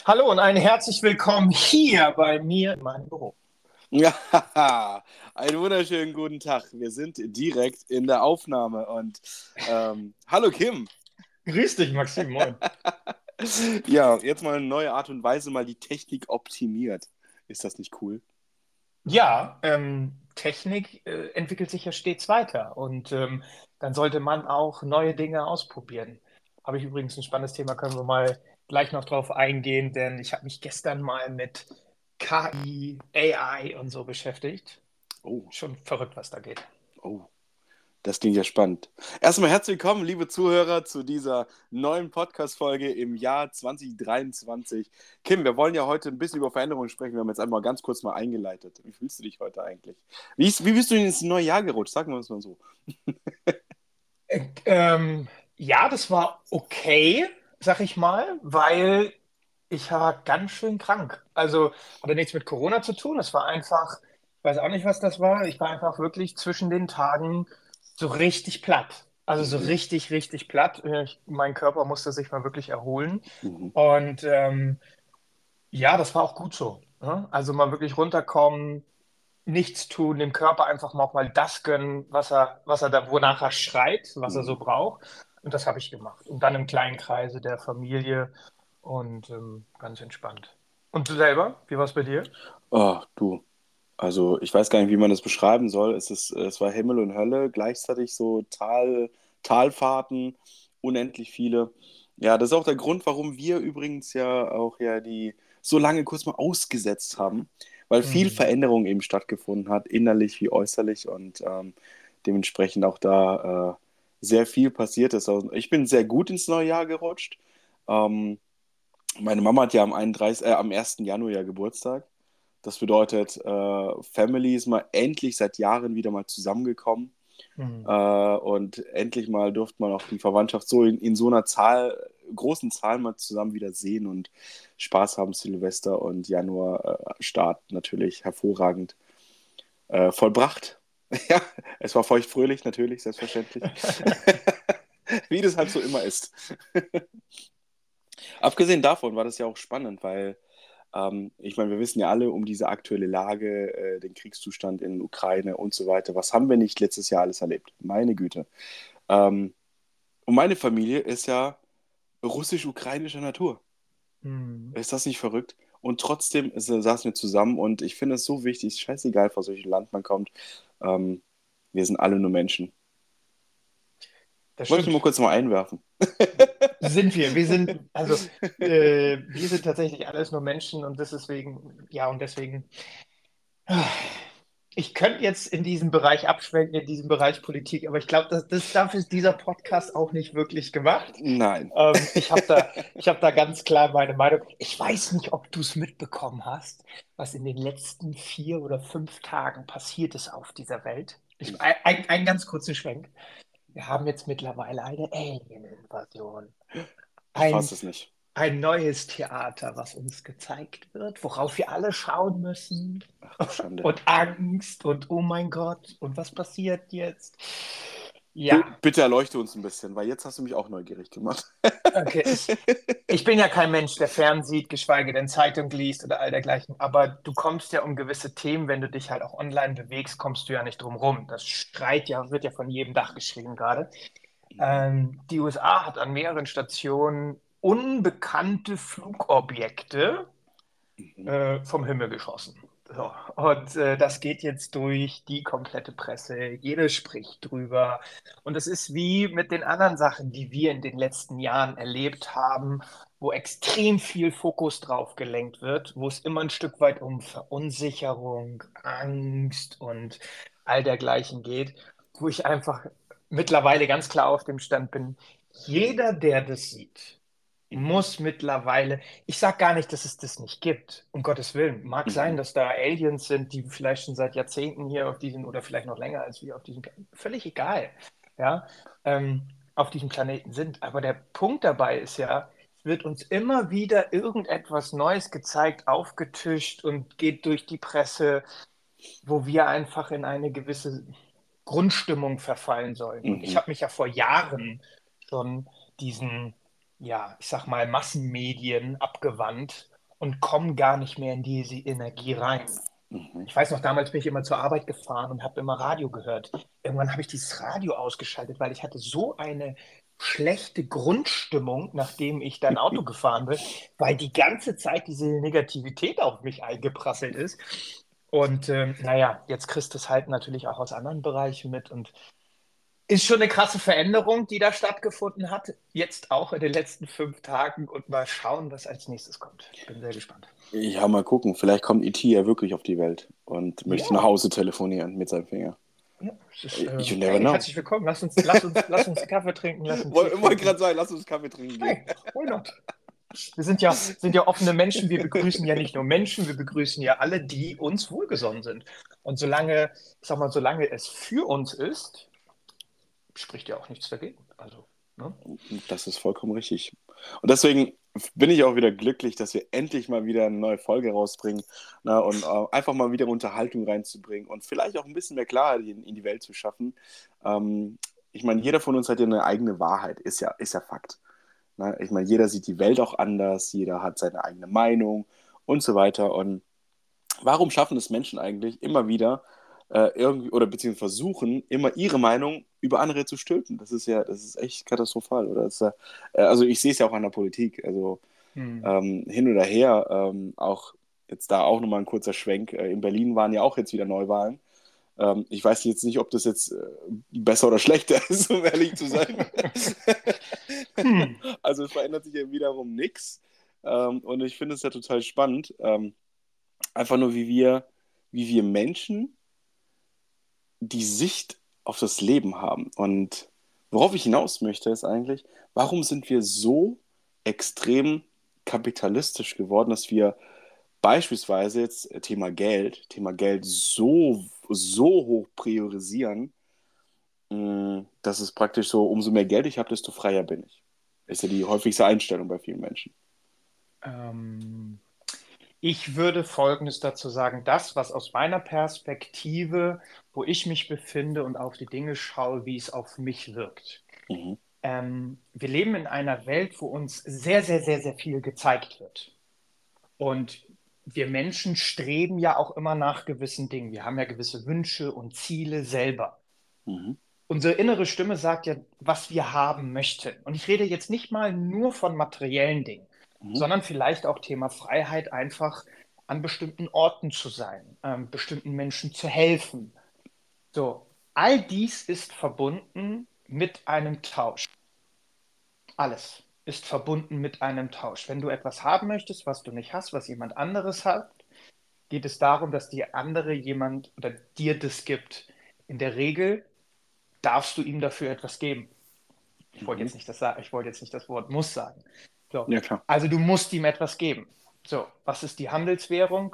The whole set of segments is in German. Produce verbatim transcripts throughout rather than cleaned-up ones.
Hallo und ein herzlich willkommen hier bei mir in meinem Büro. Ja, einen wunderschönen guten Tag. Wir sind direkt in der Aufnahme und ähm, hallo Kim. Grüß dich, Maxim, moin. Ja, jetzt mal eine neue Art und Weise, mal die Technik optimiert. Ist das nicht cool? Ja, ähm, Technik äh, entwickelt sich ja stets weiter und ähm, dann sollte man auch neue Dinge ausprobieren. Habe ich übrigens ein spannendes Thema, können wir mal gleich noch drauf eingehen, denn ich habe mich gestern mal mit K I, A I und so beschäftigt. Oh, Schon verrückt, was da geht. oh, das klingt ja spannend. Erstmal herzlich willkommen, liebe Zuhörer, zu dieser neuen Podcast-Folge im Jahr zwanzig dreiundzwanzig. Kim, wir wollen ja heute ein bisschen über Veränderungen sprechen. Wir haben jetzt einmal ganz kurz mal eingeleitet. Wie fühlst du dich heute eigentlich? Wie, ist, wie bist du ins neue Jahr gerutscht? Sagen wir es mal so. Äh, ähm, ja, das war okay, sag ich mal, weil ich war ganz schön krank. Also hatte nichts mit Corona zu tun. Es war einfach, ich weiß auch nicht, was das war. Ich war einfach wirklich zwischen den Tagen so richtig platt. Also so Mhm, richtig, richtig platt. Äh, Ich, mein Körper musste sich mal wirklich erholen. mhm, Und ähm, ja, das war auch gut so. Ne? Also mal wirklich runterkommen, nichts tun, dem Körper einfach mal auch mal das gönnen, was er, was er da, wonach er schreit, was er mhm. so braucht. Und das habe ich gemacht. Und dann im kleinen Kreise der Familie und ähm, ganz entspannt. Und du selber, wie war es bei dir? Oh, du. Also ich weiß gar nicht, wie man das beschreiben soll. Es ist, es war Himmel und Hölle, gleichzeitig so Tal, Talfahrten, unendlich viele. Ja, das ist auch der Grund, warum wir übrigens ja auch ja die so lange kurz mal ausgesetzt haben, weil viel Hm. Veränderung eben stattgefunden hat, innerlich wie äußerlich und ähm, dementsprechend auch da äh, sehr viel passiert ist. Also ich bin sehr gut ins neue Jahr gerutscht. Ähm, Meine Mama hat ja am einunddreißigsten Äh, am ersten Januar ja Geburtstag. Das bedeutet, äh, Family ist mal endlich seit Jahren wieder mal zusammengekommen. Äh, Hm. und endlich mal durfte man auch die Verwandtschaft so in, in so einer Zahl, großen Zahl mal zusammen wieder sehen und Spaß haben. Silvester und Januar äh, Start natürlich hervorragend äh, vollbracht. Ja, es war feuchtfröhlich natürlich, selbstverständlich. Wie das halt so immer ist. Abgesehen davon war das ja auch spannend, weil Ähm, ich meine, wir wissen ja alle um diese aktuelle Lage, äh, den Kriegszustand in Ukraine und so weiter. Was haben wir nicht letztes Jahr alles erlebt? Meine Güte. Ähm, und meine Familie ist ja russisch-ukrainischer Natur. Hm. Ist das nicht verrückt? Und trotzdem ist, äh, saßen wir zusammen und ich finde es so wichtig, ist scheißegal, aus welchem Land man kommt. Ähm, Wir sind alle nur Menschen. Das Wollte ich nur mal stimmt. kurz mal einwerfen. Sind wir. Wir sind, also äh, wir sind tatsächlich alles nur Menschen und das deswegen, ja, und deswegen. Ich könnte jetzt in diesem Bereich abschwenken, in diesem Bereich Politik, aber ich glaube, das, das, dafür ist dieser Podcast auch nicht wirklich gemacht. Nein. Ähm, ich habe da, ich hab da ganz klar meine Meinung. Ich weiß nicht, ob du es mitbekommen hast, was in den letzten vier oder fünf Tagen passiert ist auf dieser Welt. Ich, ein, ein, einen ganz kurzen Schwenk. Wir haben jetzt mittlerweile eine Alien-Invasion. Ich Ein fasse es nicht. ein neues Theater, was uns gezeigt wird, worauf wir alle schauen müssen. Ach du Schande. Und Angst und oh mein Gott, und was passiert jetzt? B Ja, bitte erleuchte uns ein bisschen, weil jetzt hast du mich auch neugierig gemacht. okay. Ich, ich bin ja kein Mensch, der fernsieht, geschweige denn Zeitung liest oder all dergleichen, aber du kommst ja um gewisse Themen, wenn du dich halt auch online bewegst, kommst du ja nicht drum rum. Das schreit ja, wird ja von jedem Dach geschrieben gerade. Mhm. Ähm, die U S A hat an mehreren Stationen unbekannte Flugobjekte Mhm. äh, vom Himmel geschossen. So. Und äh, das geht jetzt durch die komplette Presse. Jeder spricht drüber. Und es ist wie mit den anderen Sachen, die wir in den letzten Jahren erlebt haben, wo extrem viel Fokus drauf gelenkt wird, wo es immer ein Stück weit um Verunsicherung, Angst und all dergleichen geht, wo ich einfach mittlerweile ganz klar auf dem Stand bin, jeder, der das sieht, Mhm. muss mittlerweile, ich sage gar nicht, dass es das nicht gibt, um Gottes Willen. Mag sein, Mhm. dass da Aliens sind, die vielleicht schon seit Jahrzehnten hier auf diesem, oder vielleicht noch länger als wir auf diesem, völlig egal, ja, ähm, auf diesem Planeten sind. Aber der Punkt dabei ist ja, es wird uns immer wieder irgendetwas Neues gezeigt, aufgetischt und geht durch die Presse, wo wir einfach in eine gewisse Grundstimmung verfallen sollen. Und ich Mhm. habe mich ja vor Jahren schon diesen, ja, ich sag mal, Massenmedien abgewandt und komme gar nicht mehr in diese Energie rein. Mhm. Ich weiß noch, damals bin ich immer zur Arbeit gefahren und habe immer Radio gehört. Irgendwann habe ich dieses Radio ausgeschaltet, weil ich hatte so eine schlechte Grundstimmung, nachdem ich dann Auto gefahren bin, weil die ganze Zeit diese Negativität auf mich eingeprasselt ist. Und ähm, naja, jetzt kriegst du es halt natürlich auch aus anderen Bereichen mit und ist schon eine krasse Veränderung, die da stattgefunden hat. Jetzt auch in den letzten fünf Tagen und mal schauen, was als nächstes kommt. Bin sehr gespannt. Ja, mal gucken. Vielleicht kommt E T ja wirklich auf die Welt und möchte nach Ja, Hause telefonieren mit seinem Finger. ja, es ist, äh, You never hey, know. herzlich willkommen. Lass uns, lass uns, lass uns Kaffee trinken, lass uns Tee Wollte wollt trinken. gerade sagen, lass uns Kaffee trinken gehen. Hey, why not? Wir sind ja, sind ja offene Menschen. Wir begrüßen ja nicht nur Menschen, wir begrüßen ja alle, die uns wohlgesonnen sind. Und solange, ich sag mal, solange es für uns ist, spricht ja auch nichts dagegen. Also, ne? Das ist vollkommen richtig. Und deswegen bin ich auch wieder glücklich, dass wir endlich mal wieder eine neue Folge rausbringen, ne, und äh, einfach mal wieder Unterhaltung reinzubringen und vielleicht auch ein bisschen mehr Klarheit in, in die Welt zu schaffen. Ähm, ich meine, jeder von uns hat ja eine eigene Wahrheit, ist ja, ist ja Fakt. Ne? Ich meine, jeder sieht die Welt auch anders, jeder hat seine eigene Meinung und so weiter. Und warum schaffen es Menschen eigentlich immer wieder äh, irgendwie oder beziehungsweise versuchen, immer ihre Meinung über andere zu stülpen? Das ist ja, das ist echt katastrophal, oder? Das ist ja, äh, also ich sehe es ja auch an der Politik. Also Hm. ähm, hin oder her, ähm, auch jetzt da auch nochmal ein kurzer Schwenk. Äh, in Berlin waren ja auch jetzt wieder Neuwahlen. Ähm, ich weiß jetzt nicht, ob das jetzt äh, besser oder schlechter ist, um ehrlich zu sein. Hm. Also es verändert sich ja wiederum nichts. Ähm, und ich finde es ja total spannend. Ähm, einfach nur, wie wir, wie wir Menschen die Sicht auf das Leben haben. Und worauf ich hinaus möchte, ist eigentlich, warum sind wir so extrem kapitalistisch geworden, dass wir beispielsweise jetzt äh, Thema Geld, Thema Geld so, so hoch priorisieren, mh, dass es praktisch so, umso mehr Geld ich habe, desto freier bin ich. Ist ja die häufigste Einstellung bei vielen Menschen. Ähm, Ich würde Folgendes dazu sagen. Das, was aus meiner Perspektive, wo ich mich befinde und auf die Dinge schaue, wie es auf mich wirkt. Mhm. Ähm, wir leben in einer Welt, wo uns sehr, sehr, sehr, sehr viel gezeigt wird. Und wir Menschen streben ja auch immer nach gewissen Dingen. Wir haben ja gewisse Wünsche und Ziele selber. Mhm. Unsere innere Stimme sagt ja, was wir haben möchten. Und ich rede jetzt nicht mal nur von materiellen Dingen, Mhm. sondern vielleicht auch Thema Freiheit, einfach an bestimmten Orten zu sein, ähm, bestimmten Menschen zu helfen. So, all dies ist verbunden mit einem Tausch. Alles ist verbunden mit einem Tausch. Wenn du etwas haben möchtest, was du nicht hast, was jemand anderes hat, geht es darum, dass dir andere jemand oder dir das gibt. In der Regel darfst du ihm dafür etwas geben. Ich wollte Mhm. jetzt nicht das sagen, ich wollte jetzt nicht das Wort muss sagen. So, Ja, klar. also du musst ihm etwas geben. So, was ist die Handelswährung?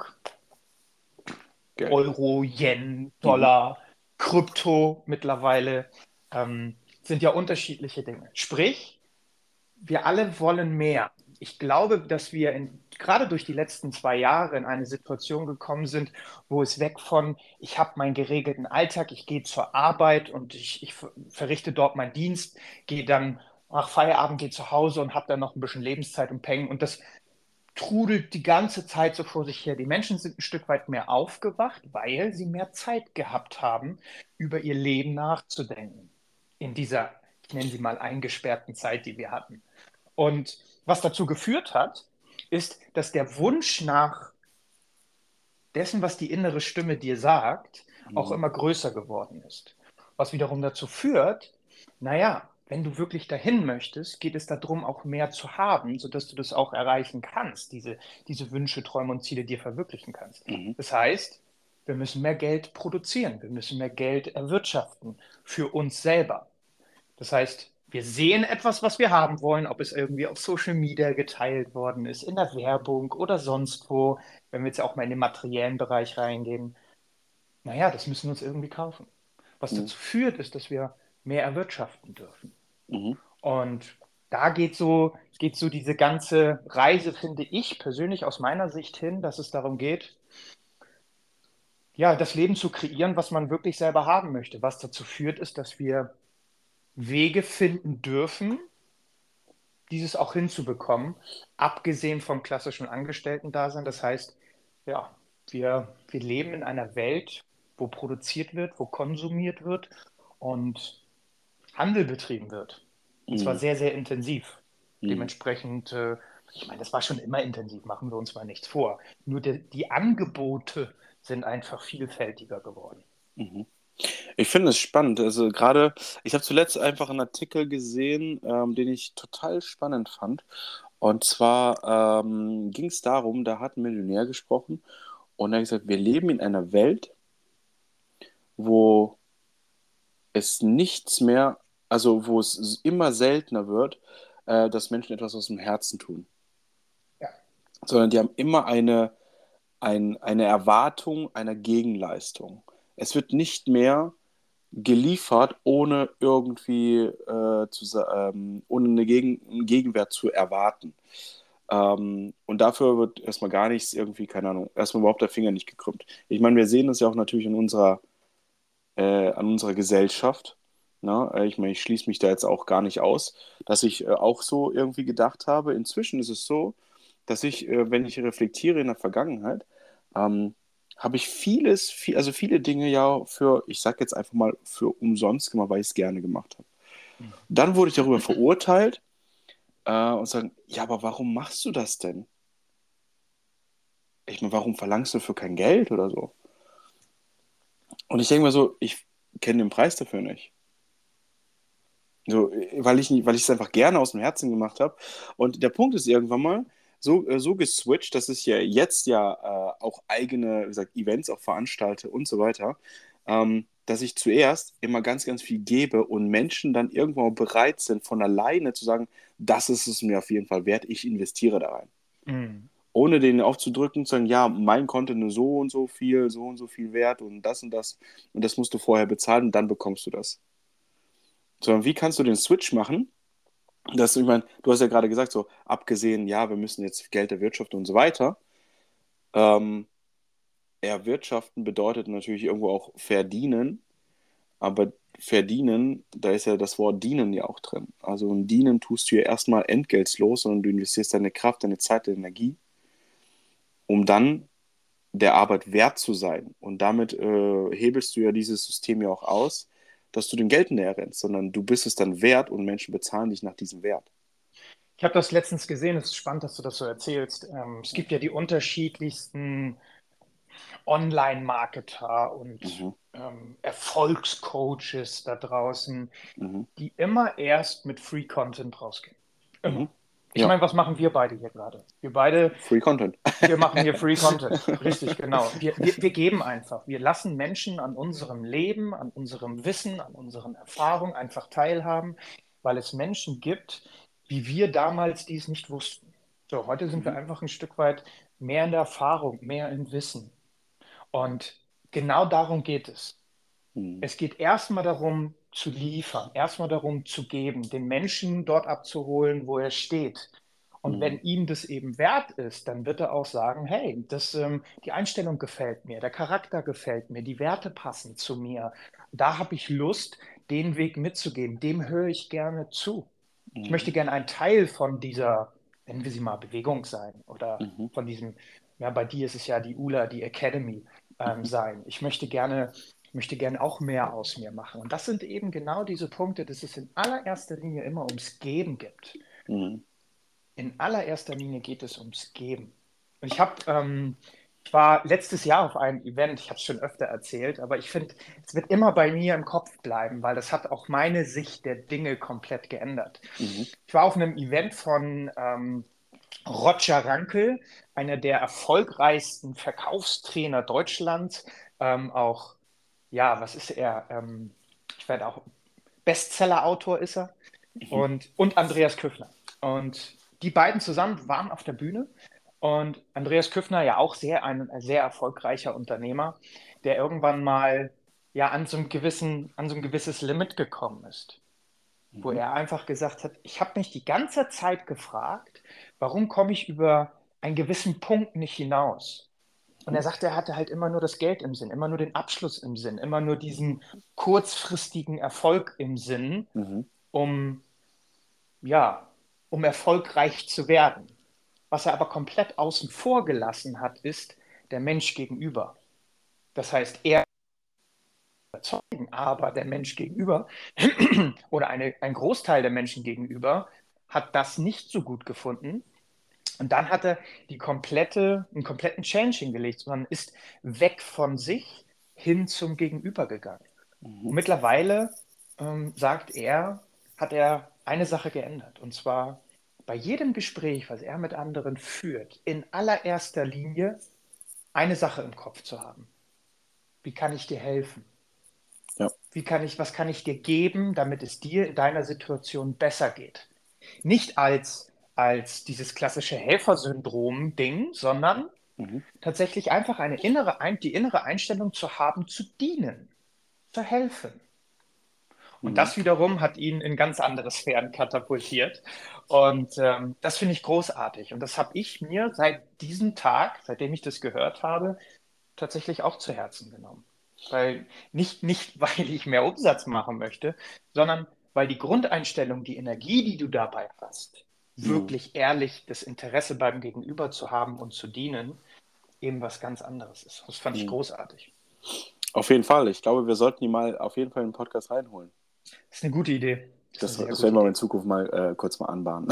Geld. Euro, Yen, Mhm. Dollar, Krypto mittlerweile ähm, sind ja unterschiedliche Dinge. Sprich, wir alle wollen mehr. Ich glaube, dass wir in, gerade durch die letzten zwei Jahre in eine Situation gekommen sind, wo es weg von, ich habe meinen geregelten Alltag, ich gehe zur Arbeit und ich, ich verrichte dort meinen Dienst, gehe dann nach Feierabend, gehe zu Hause und habe dann noch ein bisschen Lebenszeit und Peng. Und das trudelt die ganze Zeit so vor sich her. Die Menschen sind ein Stück weit mehr aufgewacht, weil sie mehr Zeit gehabt haben, über ihr Leben nachzudenken. In dieser, ich nenne sie mal, eingesperrten Zeit, die wir hatten. Und was dazu geführt hat, ist, dass der Wunsch nach dessen, was die innere Stimme dir sagt, auch Mhm. immer größer geworden ist. Was wiederum dazu führt, naja, wenn du wirklich dahin möchtest, geht es darum, auch mehr zu haben, sodass du das auch erreichen kannst, diese, diese Wünsche, Träume und Ziele dir verwirklichen kannst. Mhm. Das heißt, wir müssen mehr Geld produzieren, wir müssen mehr Geld erwirtschaften für uns selber. Das heißt, wir sehen etwas, was wir haben wollen, ob es irgendwie auf Social Media geteilt worden ist, in der Werbung oder sonst wo, wenn wir jetzt auch mal in den materiellen Bereich reingehen. Naja, das müssen wir uns irgendwie kaufen. Was Mhm. dazu führt, ist, dass wir mehr erwirtschaften dürfen. Mhm. Und da geht so, geht so diese ganze Reise, finde ich persönlich aus meiner Sicht hin, dass es darum geht, ja, das Leben zu kreieren, was man wirklich selber haben möchte. Was dazu führt, ist, dass wir Wege finden dürfen, dieses auch hinzubekommen, abgesehen vom klassischen Angestellten-Dasein. Das heißt, ja, wir, wir leben in einer Welt, wo produziert wird, wo konsumiert wird und Handel betrieben wird. Und zwar Mhm. sehr, sehr intensiv. Mhm. Dementsprechend, äh, ich meine, das war schon immer intensiv, machen wir uns mal nichts vor. Nur die, die Angebote sind einfach vielfältiger geworden. Mhm. Ich finde es spannend. Also gerade, ich habe zuletzt einfach einen Artikel gesehen, ähm, den ich total spannend fand. Und zwar ähm, ging es darum, da hat ein Millionär gesprochen und er hat gesagt, wir leben in einer Welt, wo es nichts mehr, also wo es immer seltener wird, äh, dass Menschen etwas aus dem Herzen tun, Ja. sondern die haben immer eine, ein, eine Erwartung einer Gegenleistung. Es wird nicht mehr geliefert, ohne irgendwie äh, zu, sa- ähm, ohne eine Gegen einen Gegenwert zu erwarten. Ähm, und dafür wird erstmal gar nichts irgendwie, keine Ahnung, erstmal überhaupt der Finger nicht gekrümmt. Ich meine, wir sehen das ja auch natürlich in unserer, äh, an unserer Gesellschaft. Ne? Äh, Ich meine, ich schließe mich da jetzt auch gar nicht aus, dass ich äh, auch so irgendwie gedacht habe. Inzwischen ist es so, dass ich, äh, wenn ich reflektiere in der Vergangenheit, ähm, habe ich vieles, viel, also viele Dinge ja für, ich sag jetzt einfach mal, für umsonst gemacht, weil ich es gerne gemacht habe. Dann wurde ich darüber verurteilt äh, und sagen, ja, aber warum machst du das denn? Ich meine, warum verlangst du für kein Geld oder so? Und ich denke mir so, ich kenne den Preis dafür nicht. So, weil ich, nicht- weil ich es einfach gerne aus dem Herzen gemacht habe. Und der Punkt ist irgendwann mal so, äh, so geswitcht, dass ich ja jetzt ja äh, auch eigene, wie gesagt, Events auch veranstalte und so weiter, ähm, dass ich zuerst immer ganz, ganz viel gebe und Menschen dann irgendwann mal bereit sind, von alleine zu sagen, das ist es mir auf jeden Fall wert, ich investiere da rein. Mhm. Ohne denen aufzudrücken, zu sagen, ja, mein Content ist so und so viel, so und so viel wert und das und das und das musst du vorher bezahlen und dann bekommst du das. Sondern wie kannst du den Switch machen? Dass du, ich meine, du hast ja gerade gesagt, so abgesehen, ja, wir müssen jetzt Geld erwirtschaften und so weiter. Ähm, Erwirtschaften bedeutet natürlich irgendwo auch verdienen, aber verdienen, da ist ja das Wort dienen ja auch drin. Also ein Dienen tust du ja erstmal entgeltlos, sondern du investierst deine Kraft, deine Zeit, deine Energie, um dann der Arbeit wert zu sein. Und damit äh, hebelst du ja dieses System ja auch aus, dass du dem Geld näher rennst, sondern du bist es dann wert und Menschen bezahlen dich nach diesem Wert. Ich habe das letztens gesehen, es ist spannend, dass du das so erzählst. Ähm, es gibt ja die unterschiedlichsten Online-Marketer und Mhm, ähm, Erfolgscoaches da draußen, mhm, die immer erst mit Free Content rausgehen. mhm. Immer. Ich Ja, meine, was machen wir beide hier gerade? Wir beide, Free Content. wir machen hier Free Content. Richtig, genau. Wir, wir, wir geben einfach. Wir lassen Menschen an unserem Leben, an unserem Wissen, an unseren Erfahrungen einfach teilhaben, weil es Menschen gibt, wie wir damals dies nicht wussten. So, heute sind wir Mhm. einfach ein Stück weit mehr in der Erfahrung, mehr im Wissen. Und genau darum geht es. Mhm. Es geht erstmal darum zu liefern, erstmal darum zu geben, den Menschen dort abzuholen, wo er steht. Und wenn Mhm. ihm das eben wert ist, dann wird er auch sagen, hey, das, ähm, die Einstellung gefällt mir, der Charakter gefällt mir, die Werte passen zu mir. Da habe ich Lust, den Weg mitzugehen, dem höre ich gerne zu. Ich möchte Mhm. gerne ein Teil von dieser, nennen wir sie mal, Bewegung sein oder Mhm. von diesem, ja, bei dir ist es ja die U L A, die Academy ähm, Mhm. sein. Ich möchte gerne, möchte gerne auch mehr aus mir machen. Und das sind eben genau diese Punkte, dass es in allererster Linie immer ums Geben geht. Mhm. In allererster Linie geht es ums Geben. Und ich habe, ähm, ich war letztes Jahr auf einem Event, ich habe es schon öfter erzählt, aber ich finde, es wird immer bei mir im Kopf bleiben, weil das hat auch meine Sicht der Dinge komplett geändert. Mhm. Ich war auf einem Event von ähm, Roger Rankel, einer der erfolgreichsten Verkaufstrainer Deutschlands, ähm, auch, ja, was ist er? Ähm, ich werde auch, Bestseller-Autor ist er Mhm. und, und Andreas Küffner. Und die beiden zusammen waren auf der Bühne und Andreas Küffner ja auch sehr ein, ein sehr erfolgreicher Unternehmer, der irgendwann mal ja an so einem gewissen, an so ein gewisses Limit gekommen ist, wo Mhm. er einfach gesagt hat, ich habe mich die ganze Zeit gefragt, warum komme ich über einen gewissen Punkt nicht hinaus? Und er sagte, er hatte halt immer nur das Geld im Sinn, immer nur den Abschluss im Sinn, immer nur diesen kurzfristigen Erfolg im Sinn, Mhm. um ja, um erfolgreich zu werden. Was er aber komplett außen vor gelassen hat, ist der Mensch gegenüber. Das heißt, er überzeugen, aber der Mensch gegenüber oder eine, ein Großteil der Menschen gegenüber hat das nicht so gut gefunden. Und dann hat er die komplette, einen kompletten Change hingelegt, sondern ist weg von sich hin zum Gegenüber gegangen. Mhm. Und mittlerweile ähm, sagt er, hat er eine Sache geändert. Und zwar bei jedem Gespräch, was er mit anderen führt, in allererster Linie eine Sache im Kopf zu haben. Wie kann ich dir helfen? Ja. Wie kann ich, was kann ich dir geben, damit es dir in deiner Situation besser geht? Nicht als, als dieses klassische Helfersyndrom-Ding, sondern Mhm. tatsächlich einfach eine innere, die innere Einstellung zu haben, zu dienen, zu helfen. Und Mhm. das wiederum hat ihn in ganz andere Sphären katapultiert. Und ähm, das finde ich großartig. Und das habe ich mir seit diesem Tag, seitdem ich das gehört habe, tatsächlich auch zu Herzen genommen. Weil nicht, nicht, weil ich mehr Umsatz machen möchte, sondern weil die Grundeinstellung, die Energie, die du dabei hast, Mhm. wirklich ehrlich das Interesse beim Gegenüber zu haben und zu dienen, eben was ganz anderes ist. Das fand ich Mhm. großartig. Auf jeden Fall. Ich glaube, wir sollten die mal auf jeden Fall in den Podcast reinholen. Das ist eine gute Idee. Das ist eine Das, sehr das gute werden wir in Idee. Zukunft mal äh, kurz mal anbahnen.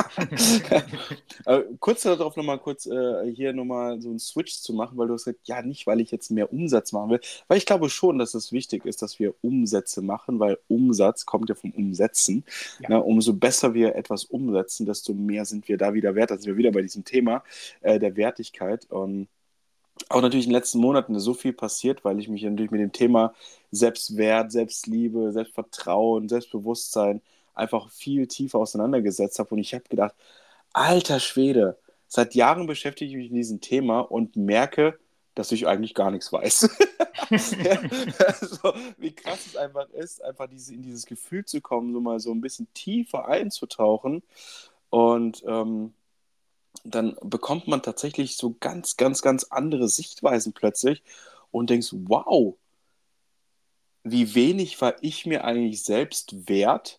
äh, kurz darauf nochmal kurz äh, hier nochmal so einen Switch zu machen, weil du hast gesagt, ja, nicht, weil ich jetzt mehr Umsatz machen will, weil ich glaube schon, dass es wichtig ist, dass wir Umsätze machen, weil Umsatz kommt ja vom Umsetzen. Ja. Na, umso besser wir etwas umsetzen, desto mehr sind wir da wieder wert. Da sind wir wieder bei diesem Thema äh, der Wertigkeit. Und auch natürlich in den letzten Monaten ist so viel passiert, weil ich mich natürlich mit dem Thema Selbstwert, Selbstliebe, Selbstvertrauen, Selbstbewusstsein einfach viel tiefer auseinandergesetzt habe. Und ich habe gedacht, alter Schwede, seit Jahren beschäftige ich mich mit diesem Thema und merke, dass ich eigentlich gar nichts weiß. Ja, also, wie krass es einfach ist, einfach diese, in dieses Gefühl zu kommen, so mal so ein bisschen tiefer einzutauchen. Und ähm, dann bekommt man tatsächlich so ganz, ganz, ganz andere Sichtweisen plötzlich und denkst, wow, wie wenig war ich mir eigentlich selbst wert,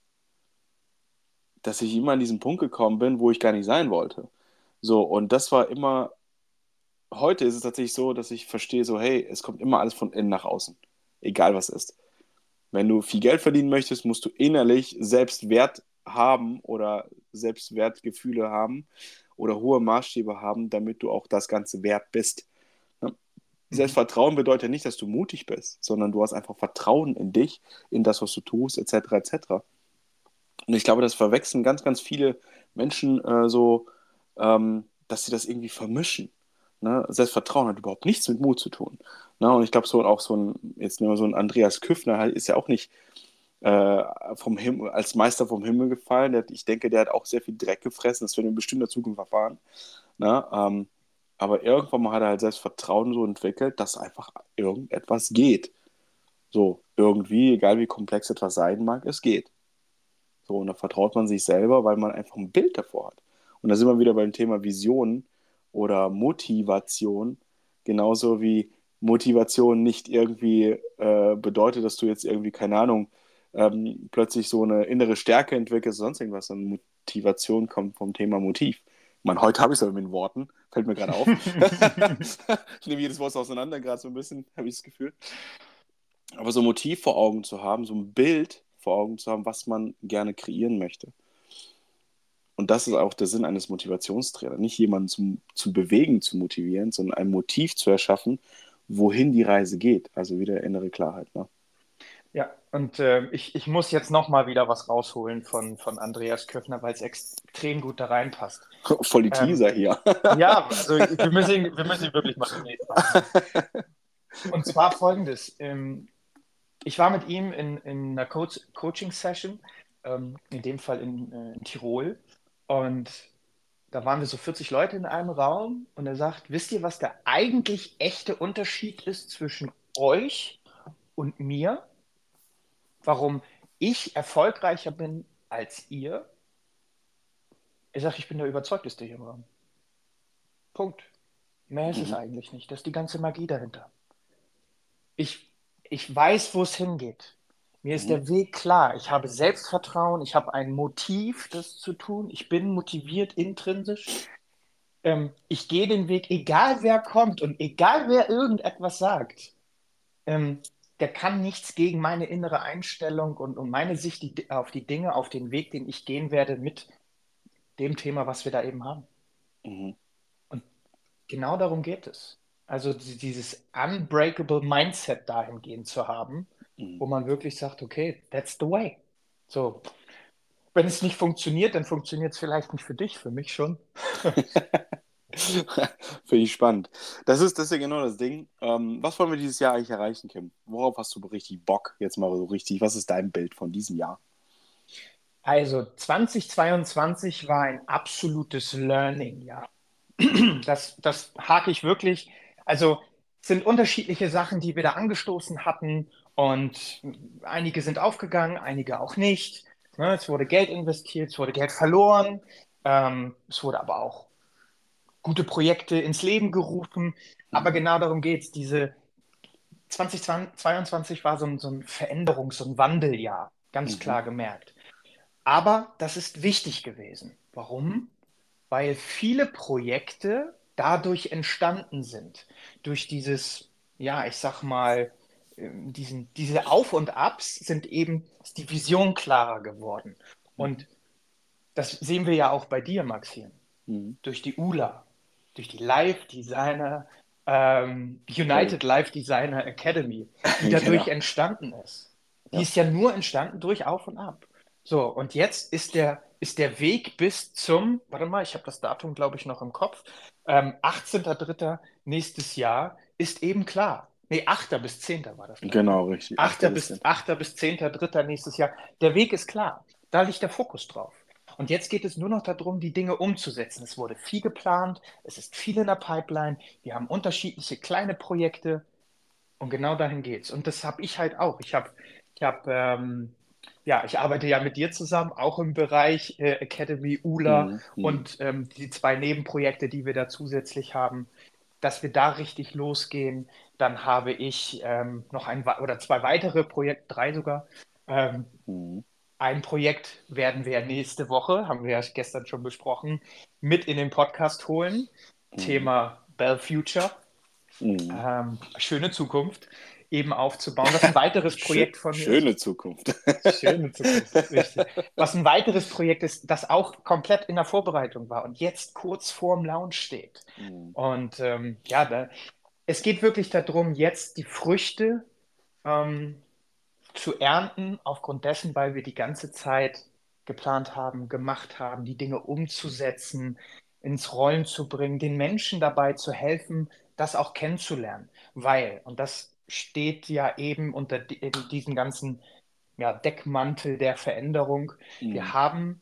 dass ich immer an diesen Punkt gekommen bin, wo ich gar nicht sein wollte. So, und das war immer, heute ist es tatsächlich so, dass ich verstehe, so, hey, es kommt immer alles von innen nach außen, egal was ist. Wenn du viel Geld verdienen möchtest, musst du innerlich Selbstwert haben oder Selbstwertgefühle haben oder hohe Maßstäbe haben, damit du auch das Ganze wert bist. Ne? Mhm. Selbstvertrauen bedeutet nicht, dass du mutig bist, sondern du hast einfach Vertrauen in dich, in das, was du tust, et cetera et cetera. Und ich glaube, das verwechseln ganz, ganz viele Menschen äh, so, ähm, dass sie das irgendwie vermischen. Ne? Selbstvertrauen hat überhaupt nichts mit Mut zu tun. Ne? Und ich glaube, so auch so ein, jetzt nehmen wir so ein Andreas Küffner, halt, ist ja auch nicht äh, vom Himmel, als Meister vom Himmel gefallen. Der, ich denke, der hat auch sehr viel Dreck gefressen, das werden wir bestimmt in der Zukunft erfahren. Ne? Ähm, aber irgendwann mal hat er halt Selbstvertrauen so entwickelt, dass einfach irgendetwas geht. So, irgendwie, egal wie komplex etwas sein mag, es geht. So, und da vertraut man sich selber, weil man einfach ein Bild davor hat. Und da sind wir wieder beim Thema Vision oder Motivation. Genauso wie Motivation nicht irgendwie äh, bedeutet, dass du jetzt irgendwie, keine Ahnung, ähm, plötzlich so eine innere Stärke entwickelst, sonst irgendwas. Und Motivation kommt vom Thema Motiv. Man, heute habe ich es aber mit den Worten, fällt mir gerade auf. Ich nehme jedes Wort auseinander, gerade so ein bisschen, habe ich das Gefühl. Aber so ein Motiv vor Augen zu haben, so ein Bild vor Augen zu haben, was man gerne kreieren möchte. Und das ist auch der Sinn eines Motivationstrainers. Nicht jemanden zum, zu bewegen, zu motivieren, sondern ein Motiv zu erschaffen, wohin die Reise geht. Also wieder innere Klarheit. Ne? Ja, und äh, ich, ich muss jetzt noch mal wieder was rausholen von, von Andreas Köffner, weil es extrem gut da reinpasst. Voll die Ähm, Teaser hier. ja, also wir müssen, ihn- wir müssen ihn wirklich mal demnächst haben. Und zwar folgendes. Ähm, ich war mit ihm in, in einer Coach, Coaching-Session, ähm, in dem Fall in, äh, in Tirol. Und da waren wir so vierzig Leute in einem Raum und er sagt, wisst ihr, was der eigentlich echte Unterschied ist zwischen euch und mir? Warum ich erfolgreicher bin als ihr? Er sagt, ich bin der Überzeugteste hier im Raum. Punkt. Mehr ist es Mhm. eigentlich nicht. Das ist die ganze Magie dahinter. Ich, ich weiß, wo es hingeht. Mir ist Mhm. der Weg klar. Ich habe Selbstvertrauen, ich habe ein Motiv, das zu tun. Ich bin motiviert intrinsisch. Ähm, ich gehe den Weg, egal wer kommt und egal wer irgendetwas sagt. Ähm, der kann nichts gegen meine innere Einstellung und, und meine Sicht die, auf die Dinge, auf den Weg, den ich gehen werde mit dem Thema, was wir da eben haben. Mhm. Und genau darum geht es. Also die- dieses unbreakable Mindset dahingehend zu haben, Mhm. wo man wirklich sagt, okay, that's the way. So, wenn es nicht funktioniert, dann funktioniert es vielleicht nicht für dich, für mich schon. Finde ich spannend. Das ist, das ist ja genau das Ding. Ähm, was wollen wir dieses Jahr eigentlich erreichen, Kim? Worauf hast du richtig Bock? Jetzt mal so richtig. Was ist dein Bild von diesem Jahr? Also zweitausendzweiundzwanzig war ein absolutes Learning-Jahr. Das, das hake ich wirklich. Also es sind unterschiedliche Sachen, die wir da angestoßen hatten und einige sind aufgegangen, einige auch nicht. Ne, es wurde Geld investiert, es wurde Geld verloren, ähm, es wurde aber auch gute Projekte ins Leben gerufen. Aber Mhm. genau darum geht es. Diese zweitausendzweiundzwanzig war so ein, so ein Veränderungs-, so ein Wandeljahr, ganz Mhm. klar gemerkt. Aber das ist wichtig gewesen. Warum? Weil viele Projekte dadurch entstanden sind. Durch dieses, ja, ich sag mal, ähm, diesen, diese Auf und Abs sind eben, ist die Vision klarer geworden. Mhm. Und das sehen wir ja auch bei dir, Maxim, Mhm. durch die U L A, durch die Live Designer, ähm, Academy. United Life Designer Academy, die dadurch Genau. entstanden ist. Die Ja. ist ja nur entstanden durch Auf und Ab. So, und jetzt ist der, ist der Weg bis zum, warte mal, ich habe das Datum, glaube ich, noch im Kopf, ähm, achtzehnter dritter nächstes Jahr ist eben klar. Nee, achter bis zehnter war das, glaube ich. Ne? Genau, richtig. Achter achter bis bis, zehnter. achter bis zehnter dritter nächstes Jahr. Der Weg ist klar. Da liegt der Fokus drauf. Und jetzt geht es nur noch darum, die Dinge umzusetzen. Es wurde viel geplant, es ist viel in der Pipeline, wir haben unterschiedliche kleine Projekte und genau dahin geht's. Und das habe ich halt auch. Ich habe, ich habe, ähm, ja, ich arbeite ja mit dir zusammen, auch im Bereich äh, Academy, U L A Mhm. Mhm. und ähm, die zwei Nebenprojekte, die wir da zusätzlich haben, dass wir da richtig losgehen. Dann habe ich ähm, noch ein oder zwei weitere Projekte, drei sogar. Ähm, Mhm. ein Projekt werden wir nächste Woche, haben wir ja gestern schon besprochen, mit in den Podcast holen. Mhm. Thema Bell Future, Mhm. ähm, schöne Zukunft, eben aufzubauen. Was ein weiteres Schö Projekt von mir ist. schöne Zukunft. Schöne Zukunft, richtig. Was ein weiteres Projekt ist, das auch komplett in der Vorbereitung war und jetzt kurz vorm Launch steht. Mhm. Und ähm, ja, da, es geht wirklich darum, jetzt die Früchte ähm, zu ernten, aufgrund dessen, weil wir die ganze Zeit geplant haben, gemacht haben, die Dinge umzusetzen, ins Rollen zu bringen, den Menschen dabei zu helfen, das auch kennenzulernen. Weil, und das steht ja eben unter di- in diesem ganzen ja, Deckmantel der Veränderung, wir Mhm. haben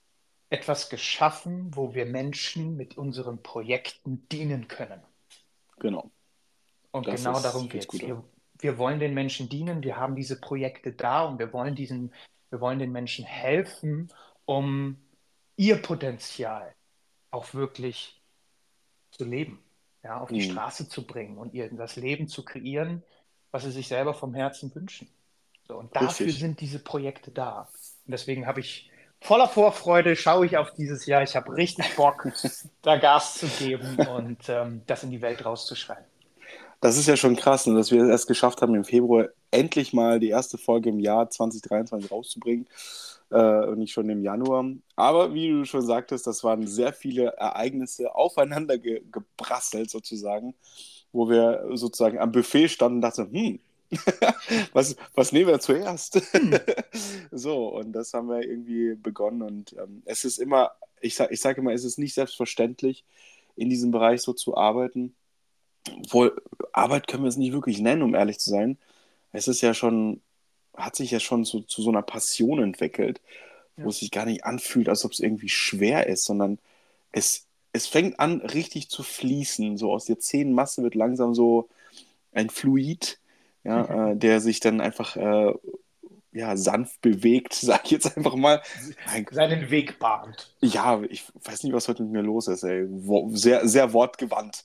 etwas geschaffen, wo wir Menschen mit unseren Projekten dienen können. Genau. Und Das genau ist, darum fühlt sich geht es. gut an. Wir, wir wollen den Menschen dienen, wir haben diese Projekte da und wir wollen diesen, wir wollen den Menschen helfen, um ihr Potenzial auch wirklich zu leben, ja, auf die Mhm. Straße zu bringen und ihr das Leben zu kreieren, was sie sich selber vom Herzen wünschen. So, und dafür Richtig. sind diese Projekte da. Und deswegen habe ich voller Vorfreude, schaue ich auf dieses Jahr. Ich habe richtig Bock, da Gas zu geben und ähm, das in die Welt rauszuschreien. Das ist ja schon krass, ne, dass wir es erst geschafft haben, im Februar endlich mal die erste Folge im Jahr zwanzig dreiundzwanzig rauszubringen äh, und nicht schon im Januar. Aber wie du schon sagtest, das waren sehr viele Ereignisse aufeinander ge geprasselt sozusagen, wo wir sozusagen am Buffet standen und dachten, hm, was, was nehmen wir zuerst? Hm. So, und das haben wir irgendwie begonnen und ähm, es ist immer, ich sage ich sag immer, es ist nicht selbstverständlich, in diesem Bereich so zu arbeiten. Obwohl, Arbeit können wir es nicht wirklich nennen, um ehrlich zu sein. Es ist ja schon, hat sich ja schon zu, zu so einer Passion entwickelt, wo Ja. es sich gar nicht anfühlt, als ob es irgendwie schwer ist, sondern es, es fängt an, richtig zu fließen. So aus der zähen Masse wird langsam so ein Fluid, ja, äh, der sich dann einfach äh, ja, sanft bewegt, sag ich jetzt einfach mal. Mein, Seinen Weg bahnt. ja, ich weiß nicht, was heute mit mir los ist, ey. Wo, sehr, sehr wortgewandt.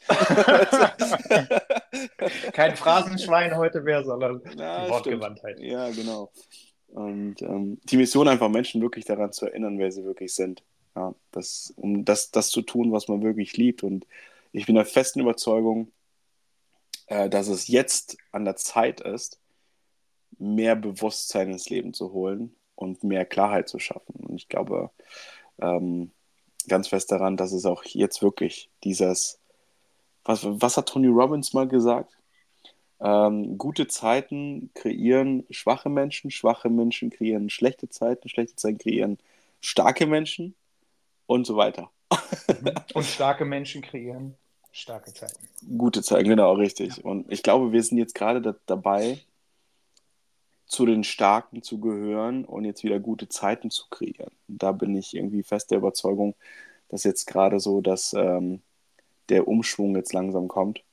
Kein Phrasenschwein heute mehr, sondern die Na, stimmt. Wortgewandtheit. Ja, genau. Und ähm, die Mission einfach Menschen wirklich daran zu erinnern, wer sie wirklich sind. Ja, das, um das, das zu tun, was man wirklich liebt. Und ich bin der festen Überzeugung, äh, dass es jetzt an der Zeit ist, mehr Bewusstsein ins Leben zu holen und mehr Klarheit zu schaffen. Und ich glaube ähm, ganz fest daran, dass es auch jetzt wirklich dieses, was, was hat Tony Robbins mal gesagt? Ähm, gute Zeiten kreieren schwache Menschen, schwache Menschen kreieren schlechte Zeiten, schlechte Zeiten kreieren starke Menschen und so weiter. Mhm. Und starke Menschen kreieren starke Zeiten. Gute Zeiten, genau, Ja. richtig. Und ich glaube, wir sind jetzt gerade da, dabei, zu den Starken zu gehören und jetzt wieder gute Zeiten zu kreieren. Und da bin ich irgendwie fest der Überzeugung, dass jetzt gerade so, dass ähm, der Umschwung jetzt langsam kommt.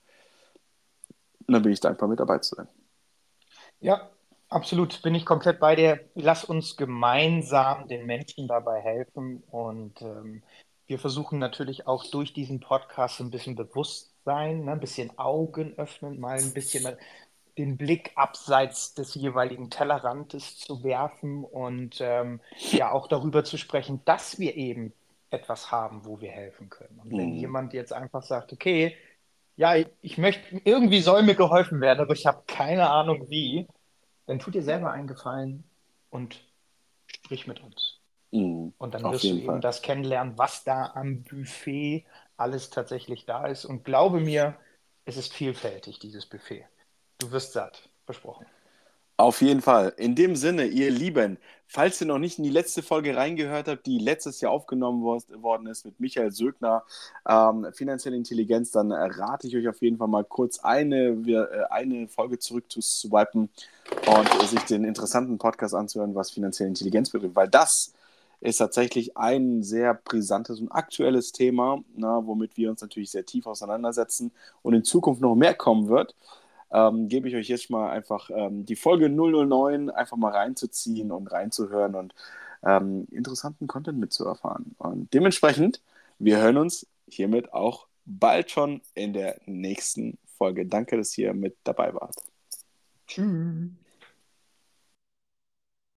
Und da bin ich dankbar, mit dabei zu sein. Ja, absolut. Bin ich komplett bei dir. Lass uns gemeinsam den Menschen dabei helfen. Und ähm, wir versuchen natürlich auch durch diesen Podcast ein bisschen Bewusstsein, ne, ein bisschen Augen öffnen, mal ein bisschen mal den Blick abseits des jeweiligen Tellerrandes zu werfen und ähm, ja auch darüber zu sprechen, dass wir eben etwas haben, wo wir helfen können. Und wenn Mhm. jemand jetzt einfach sagt, okay, ja, ich, ich möchte, irgendwie soll mir geholfen werden, aber ich habe keine Ahnung wie, dann tut dir selber einen Gefallen und sprich mit uns. Mhm. Und dann Auf wirst du jeden eben Fall. das kennenlernen, was da am Buffet alles tatsächlich da ist. Und glaube mir, es ist vielfältig, dieses Buffet. Du wirst satt, versprochen. Auf jeden Fall. In dem Sinne, ihr Lieben, falls ihr noch nicht in die letzte Folge reingehört habt, die letztes Jahr aufgenommen worden ist mit Michael Sögner, ähm, finanzielle Intelligenz, dann äh, rate ich euch auf jeden Fall mal kurz eine, wir, äh, eine Folge zurück zu swipen und äh, sich den interessanten Podcast anzuhören, was finanzielle Intelligenz betrifft, weil das ist tatsächlich ein sehr brisantes und aktuelles Thema, na, womit wir uns natürlich sehr tief auseinandersetzen und in Zukunft noch mehr kommen wird. Ähm, gebe ich euch jetzt mal einfach ähm, die Folge null null neun einfach mal reinzuziehen und reinzuhören und ähm, interessanten Content mitzuerfahren. Und dementsprechend, wir hören uns hiermit auch bald schon in der nächsten Folge. Danke, dass ihr mit dabei wart. Tschüss.